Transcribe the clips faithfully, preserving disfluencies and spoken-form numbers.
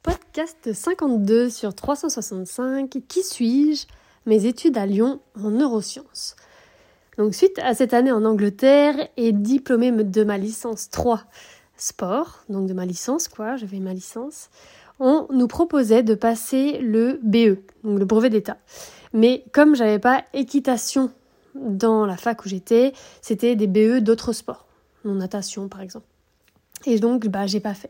Podcast cinquante-deux sur trois cent soixante-cinq. Qui suis-je? Mes études à Lyon en neurosciences. Donc suite à cette année en Angleterre et diplômée de ma licence trois sport, donc de ma licence quoi, j'avais ma licence, on nous proposait de passer le B E, donc le brevet d'État. Mais comme j'avais pas équitation dans la fac où j'étais, c'était des B E d'autres sports, non natation par exemple. Et donc bah j'ai pas fait.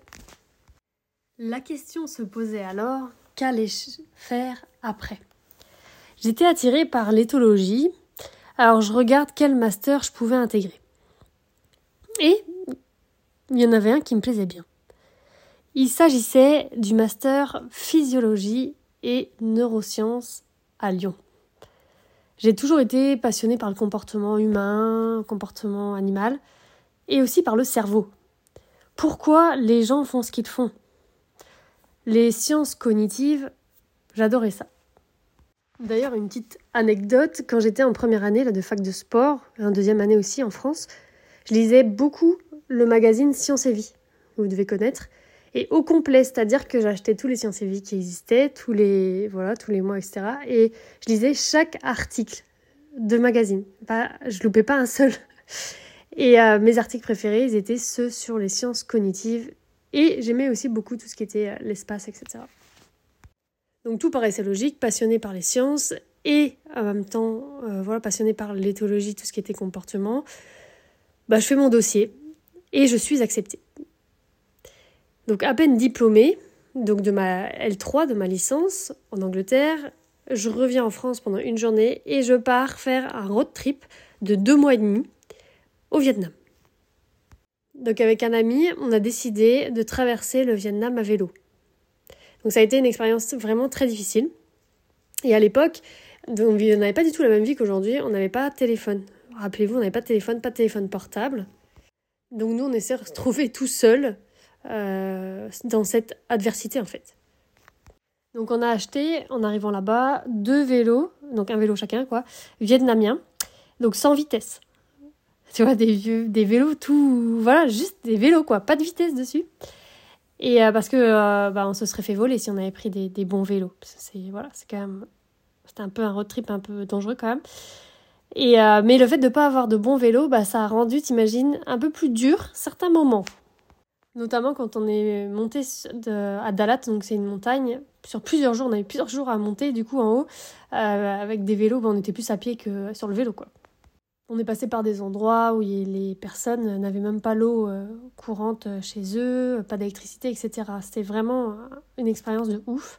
La question se posait alors, qu'allais-je faire après? J'étais attirée par l'éthologie, alors je regarde quel master je pouvais intégrer. Et il y en avait un qui me plaisait bien. Il s'agissait du master physiologie et neurosciences à Lyon. J'ai toujours été passionnée par le comportement humain, le comportement animal, et aussi par le cerveau. Pourquoi les gens font ce qu'ils font? Les sciences cognitives, j'adorais ça. D'ailleurs, une petite anecdote, quand j'étais en première année là, de fac de sport, en deuxième année aussi en France, je lisais beaucoup le magazine Science et Vie, vous devez connaître, et au complet, c'est-à-dire que j'achetais tous les Sciences et Vie qui existaient, tous les, voilà, tous les mois, et cetera. Et je lisais chaque article de magazine. Pas, je loupais pas un seul. Et euh, mes articles préférés, ils étaient ceux sur les sciences cognitives. Et j'aimais aussi beaucoup tout ce qui était euh, l'espace, et cetera. Donc tout paraissait logique, passionnée par les sciences et en même temps, euh, voilà, passionnée par l'éthologie, tout ce qui était comportement. Bah, je fais mon dossier et je suis acceptée. Donc à peine diplômée, donc de ma L trois, de ma licence en Angleterre, je reviens en France pendant une journée et je pars faire un road trip de deux mois et demi au Vietnam. Donc avec un ami, on a décidé de traverser le Vietnam à vélo. Donc ça a été une expérience vraiment très difficile. Et à l'époque, on n'avait pas du tout la même vie qu'aujourd'hui, on n'avait pas de téléphone. Rappelez-vous, on n'avait pas de téléphone, pas de téléphone portable. Donc nous, on essaie de se retrouver tout seul euh, dans cette adversité en fait. Donc on a acheté, en arrivant là-bas, deux vélos, donc un vélo chacun quoi, vietnamiens, donc sans vitesse. Tu vois, des vieux, des vélos tout, voilà, juste des vélos quoi, pas de vitesse dessus. Et euh, parce que euh, bah, on se serait fait voler si on avait pris des, des bons vélos. C'est voilà, c'est quand même, c'était un peu un road trip un peu dangereux quand même. Et euh, mais le fait de pas avoir de bons vélos, bah ça a rendu, t'imagines, un peu plus dur certains moments. Notamment quand on est monté de, à Dalat, donc c'est une montagne, sur plusieurs jours, on avait plusieurs jours à monter du coup en haut, euh, avec des vélos, bah, on était plus à pied que sur le vélo quoi. On est passé par des endroits où les personnes n'avaient même pas l'eau courante chez eux, pas d'électricité, et cetera. C'était vraiment une expérience de ouf.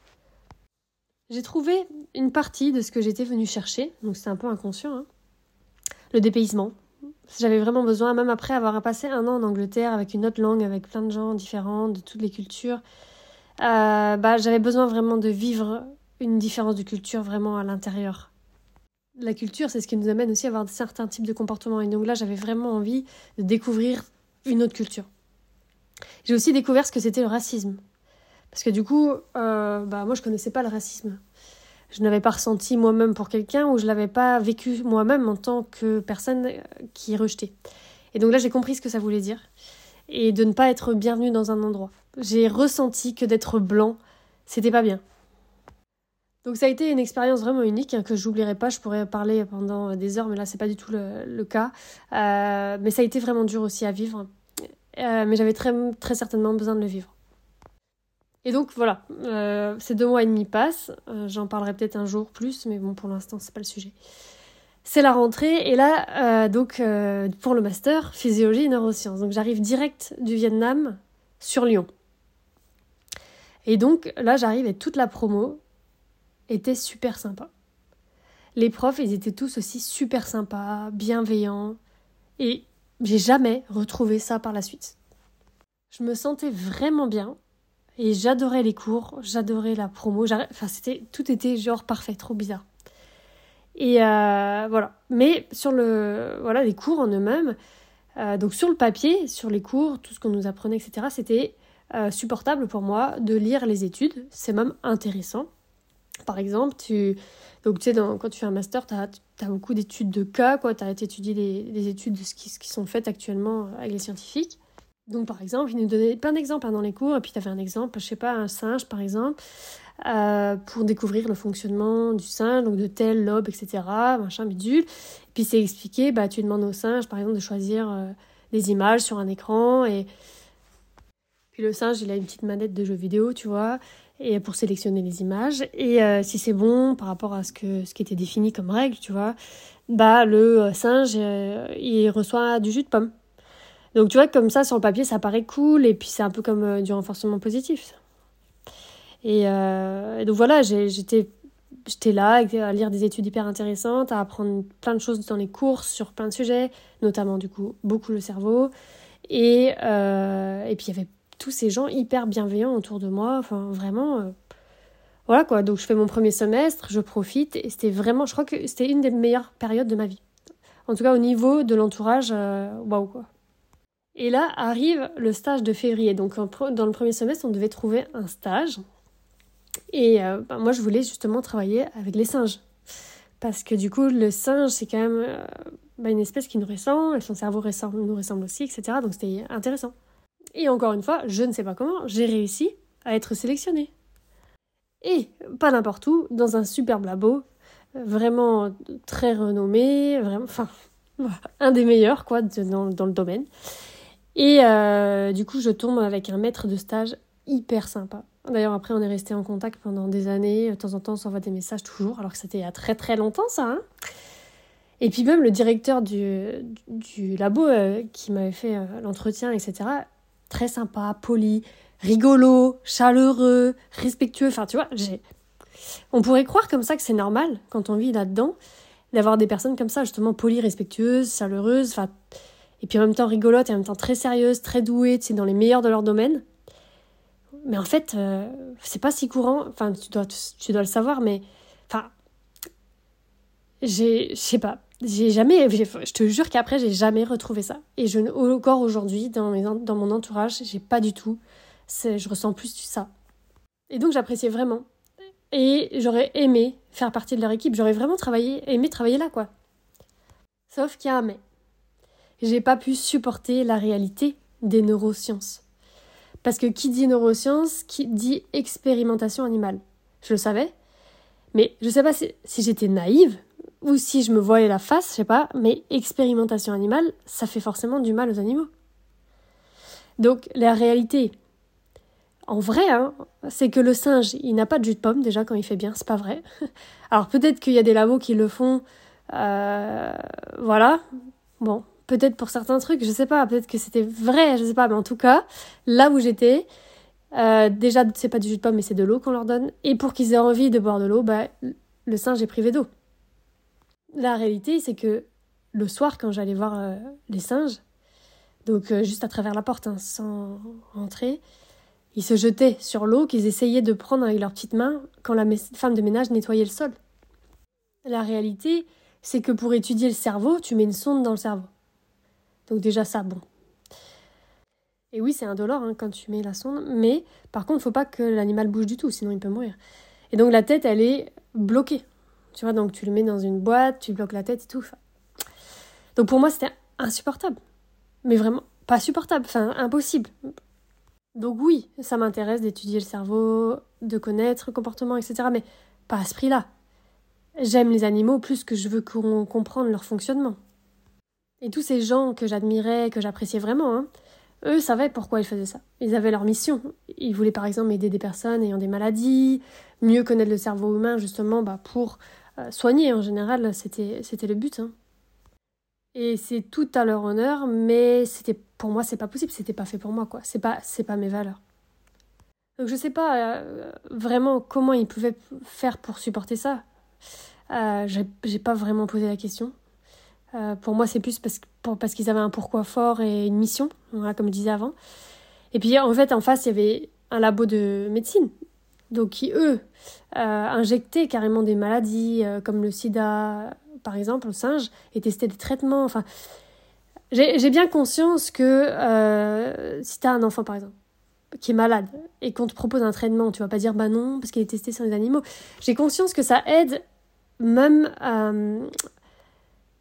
J'ai trouvé une partie de ce que j'étais venue chercher, donc c'était un peu inconscient, hein. Le dépaysement. J'avais vraiment besoin, même après avoir passé un an en Angleterre avec une autre langue, avec plein de gens différents, de toutes les cultures, euh, bah, j'avais besoin vraiment de vivre une différence de culture vraiment à l'intérieur. La culture, c'est ce qui nous amène aussi à avoir certains types de comportements. Et donc là, j'avais vraiment envie de découvrir une autre culture. J'ai aussi découvert ce que c'était le racisme. Parce que du coup, euh, bah, moi, je connaissais pas le racisme. Je n'avais pas ressenti moi-même pour quelqu'un ou je l'avais pas vécu moi-même en tant que personne qui est rejetée. Et donc là, j'ai compris ce que ça voulait dire. Et de ne pas être bienvenue dans un endroit. J'ai ressenti que d'être blanc, c'était pas bien. Donc ça a été une expérience vraiment unique hein, que j'oublierai pas. Je pourrais parler pendant des heures, mais là c'est pas du tout le, le cas. Euh, mais ça a été vraiment dur aussi à vivre. Euh, mais j'avais très, très certainement besoin de le vivre. Et donc voilà, euh, ces deux mois et demi passent. Euh, j'en parlerai peut-être un jour plus, mais bon pour l'instant c'est pas le sujet. C'est la rentrée et là euh, donc euh, pour le master physiologie et neurosciences. Donc j'arrive direct du Vietnam sur Lyon. Et donc là j'arrive et toute la promo était super sympa. Les profs, ils étaient tous aussi super sympas, bienveillants, et j'ai jamais retrouvé ça par la suite. Je me sentais vraiment bien, et j'adorais les cours, j'adorais la promo, enfin c'était, tout était genre parfait, trop bizarre. Et euh, voilà. Mais sur le, voilà, les cours en eux-mêmes, euh, donc sur le papier, sur les cours, tout ce qu'on nous apprenait, et cetera, c'était euh, supportable pour moi de lire les études, c'est même intéressant. Par exemple, tu, donc, tu sais, dans, quand tu fais un master, tu as beaucoup d'études de cas, tu as étudié les, les études de ce qui, ce qui sont faites actuellement avec les scientifiques. Donc par exemple, il nous donnait plein d'exemples hein, dans les cours, et puis tu avais un exemple, je sais pas, un singe par exemple, euh, pour découvrir le fonctionnement du singe, donc de tel lobe, et cetera, machin, bidule. Et puis c'est expliqué, bah, tu demandes au singe par exemple de choisir euh, des images sur un écran, et puis le singe, il a une petite manette de jeu vidéo, tu vois, et pour sélectionner les images, et euh, si c'est bon par rapport à ce, que, ce qui était défini comme règle, tu vois, bah le singe, euh, il reçoit du jus de pomme. Donc tu vois, comme ça, sur le papier, ça paraît cool, et puis c'est un peu comme euh, du renforcement positif. Et, euh, et donc voilà, j'ai, j'étais, j'étais là à lire des études hyper intéressantes, à apprendre plein de choses dans les cours sur plein de sujets, notamment du coup beaucoup le cerveau. Et, euh, et puis il y avait tous ces gens hyper bienveillants autour de moi, enfin vraiment... Euh, voilà quoi, donc je fais mon premier semestre, je profite, et c'était vraiment, je crois que c'était une des meilleures périodes de ma vie. En tout cas au niveau de l'entourage, waouh wow, quoi. Et là arrive le stage de février. Donc dans le premier semestre, on devait trouver un stage. Et euh, bah, moi, je voulais justement travailler avec les singes. Parce que du coup, le singe, c'est quand même euh, bah, une espèce qui nous ressemble, et son cerveau ressemble, nous ressemble aussi, et cetera. Donc c'était intéressant. Et encore une fois, je ne sais pas comment, j'ai réussi à être sélectionnée. Et pas n'importe où, dans un superbe labo, vraiment très renommé, vraiment, enfin, un des meilleurs quoi, de, dans, dans le domaine. Et euh, du coup, je tombe avec un maître de stage hyper sympa. D'ailleurs, après, on est resté en contact pendant des années. De temps en temps, on s'envoie des messages toujours, alors que c'était il y a très très longtemps, ça. Hein. Et puis même le directeur du, du labo euh, qui m'avait fait euh, l'entretien, et cetera, très sympa, poli, rigolo, chaleureux, respectueux. Enfin, tu vois, j'ai... on pourrait croire comme ça que c'est normal, quand on vit là-dedans, d'avoir des personnes comme ça, justement, polies, respectueuses, chaleureuses, enfin... Et puis en même temps rigolote et en même temps très sérieuse, très douée, tu sais, dans les meilleurs de leur domaine. Mais en fait, euh, c'est pas si courant. Enfin, tu dois, tu dois le savoir, mais... Enfin, j'ai... Je sais pas. J'ai jamais... J'ai, je te jure qu'après, j'ai jamais retrouvé ça. Et je, encore aujourd'hui, dans, mes, dans mon entourage, j'ai pas du tout... C'est, je ressens plus ça. Et donc, j'appréciais vraiment. Et j'aurais aimé faire partie de leur équipe. J'aurais vraiment travaillé, aimé travailler là, quoi. Sauf qu'il y a un mais. J'ai pas pu supporter la réalité des neurosciences. Parce que qui dit neurosciences, qui dit expérimentation animale. Je le savais, mais je sais pas si, si j'étais naïve ou si je me voyais la face, je sais pas, mais expérimentation animale, ça fait forcément du mal aux animaux. Donc la réalité, en vrai, hein, c'est que le singe, il n'a pas de jus de pomme déjà quand il fait bien, c'est pas vrai. Alors peut-être qu'il y a des labos qui le font, euh, voilà, bon... Peut-être pour certains trucs, je sais pas, peut-être que c'était vrai, je sais pas, mais en tout cas, là où j'étais, euh, déjà, c'est pas du jus de pomme, mais c'est de l'eau qu'on leur donne. Et pour qu'ils aient envie de boire de l'eau, bah, le singe est privé d'eau. La réalité, c'est que le soir, quand j'allais voir euh, les singes, donc euh, juste à travers la porte, hein, sans rentrer, ils se jetaient sur l'eau qu'ils essayaient de prendre avec leurs petites mains quand la mé- femme de ménage nettoyait le sol. La réalité, c'est que pour étudier le cerveau, tu mets une sonde dans le cerveau. Donc déjà ça, bon. Et oui, c'est indolore hein, quand tu mets la sonde, mais par contre, il ne faut pas que l'animal bouge du tout, sinon il peut mourir. Et donc la tête, elle est bloquée. Tu vois, donc tu le mets dans une boîte, tu bloques la tête et tout. Donc pour moi, c'était insupportable. Mais vraiment, pas supportable, enfin impossible. Donc oui, ça m'intéresse d'étudier le cerveau, de connaître le comportement, et cetera. Mais pas à ce prix-là. J'aime les animaux plus que je veux comprendre leur fonctionnement. Et tous ces gens que j'admirais, que j'appréciais vraiment, hein, eux savaient pourquoi ils faisaient ça. Ils avaient leur mission. Ils voulaient par exemple aider des personnes ayant des maladies, mieux connaître le cerveau humain justement bah, pour euh, soigner en général, c'était, c'était le but. Hein. Et c'est tout à leur honneur, mais c'était, pour moi c'est pas possible, c'était pas fait pour moi, quoi. C'est pas, c'est pas mes valeurs. Donc je sais pas euh, vraiment comment ils pouvaient faire pour supporter ça. Euh, j'ai, j'ai pas vraiment posé la question. Euh, pour moi, c'est plus parce, pour, parce qu'ils avaient un pourquoi fort et une mission, voilà, comme je disais avant. Et puis, en fait, en face, il y avait un labo de médecine, donc qui, eux, euh, injectaient carrément des maladies, euh, comme le sida, par exemple, au singe, et testaient des traitements. Enfin, j'ai, j'ai bien conscience que euh, si tu as un enfant, par exemple, qui est malade, et qu'on te propose un traitement, tu vas pas dire « bah non, parce qu'il est testé sur les animaux ». J'ai conscience que ça aide même... Euh,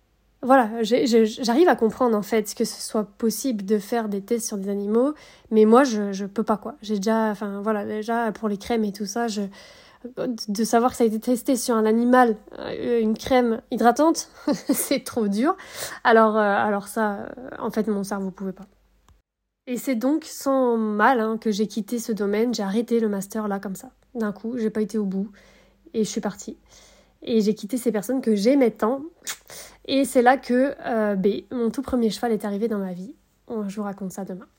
voilà, j'ai, j'ai, j'arrive à comprendre en fait que ce soit possible de faire des tests sur des animaux, mais moi je je peux pas quoi. J'ai déjà, enfin voilà, déjà pour les crèmes et tout ça, je de savoir que ça a été testé sur un animal, euh, une crème hydratante, c'est trop dur. Alors euh, alors ça, euh, en fait mon cerveau pouvait pas. Et c'est donc sans mal hein, que j'ai quitté ce domaine, j'ai arrêté le master là comme ça, d'un coup, j'ai pas été au bout et je suis partie. Et j'ai quitté ces personnes que j'aimais tant. Et c'est là que euh, B, mon tout premier cheval est arrivé dans ma vie. Je vous raconte ça demain.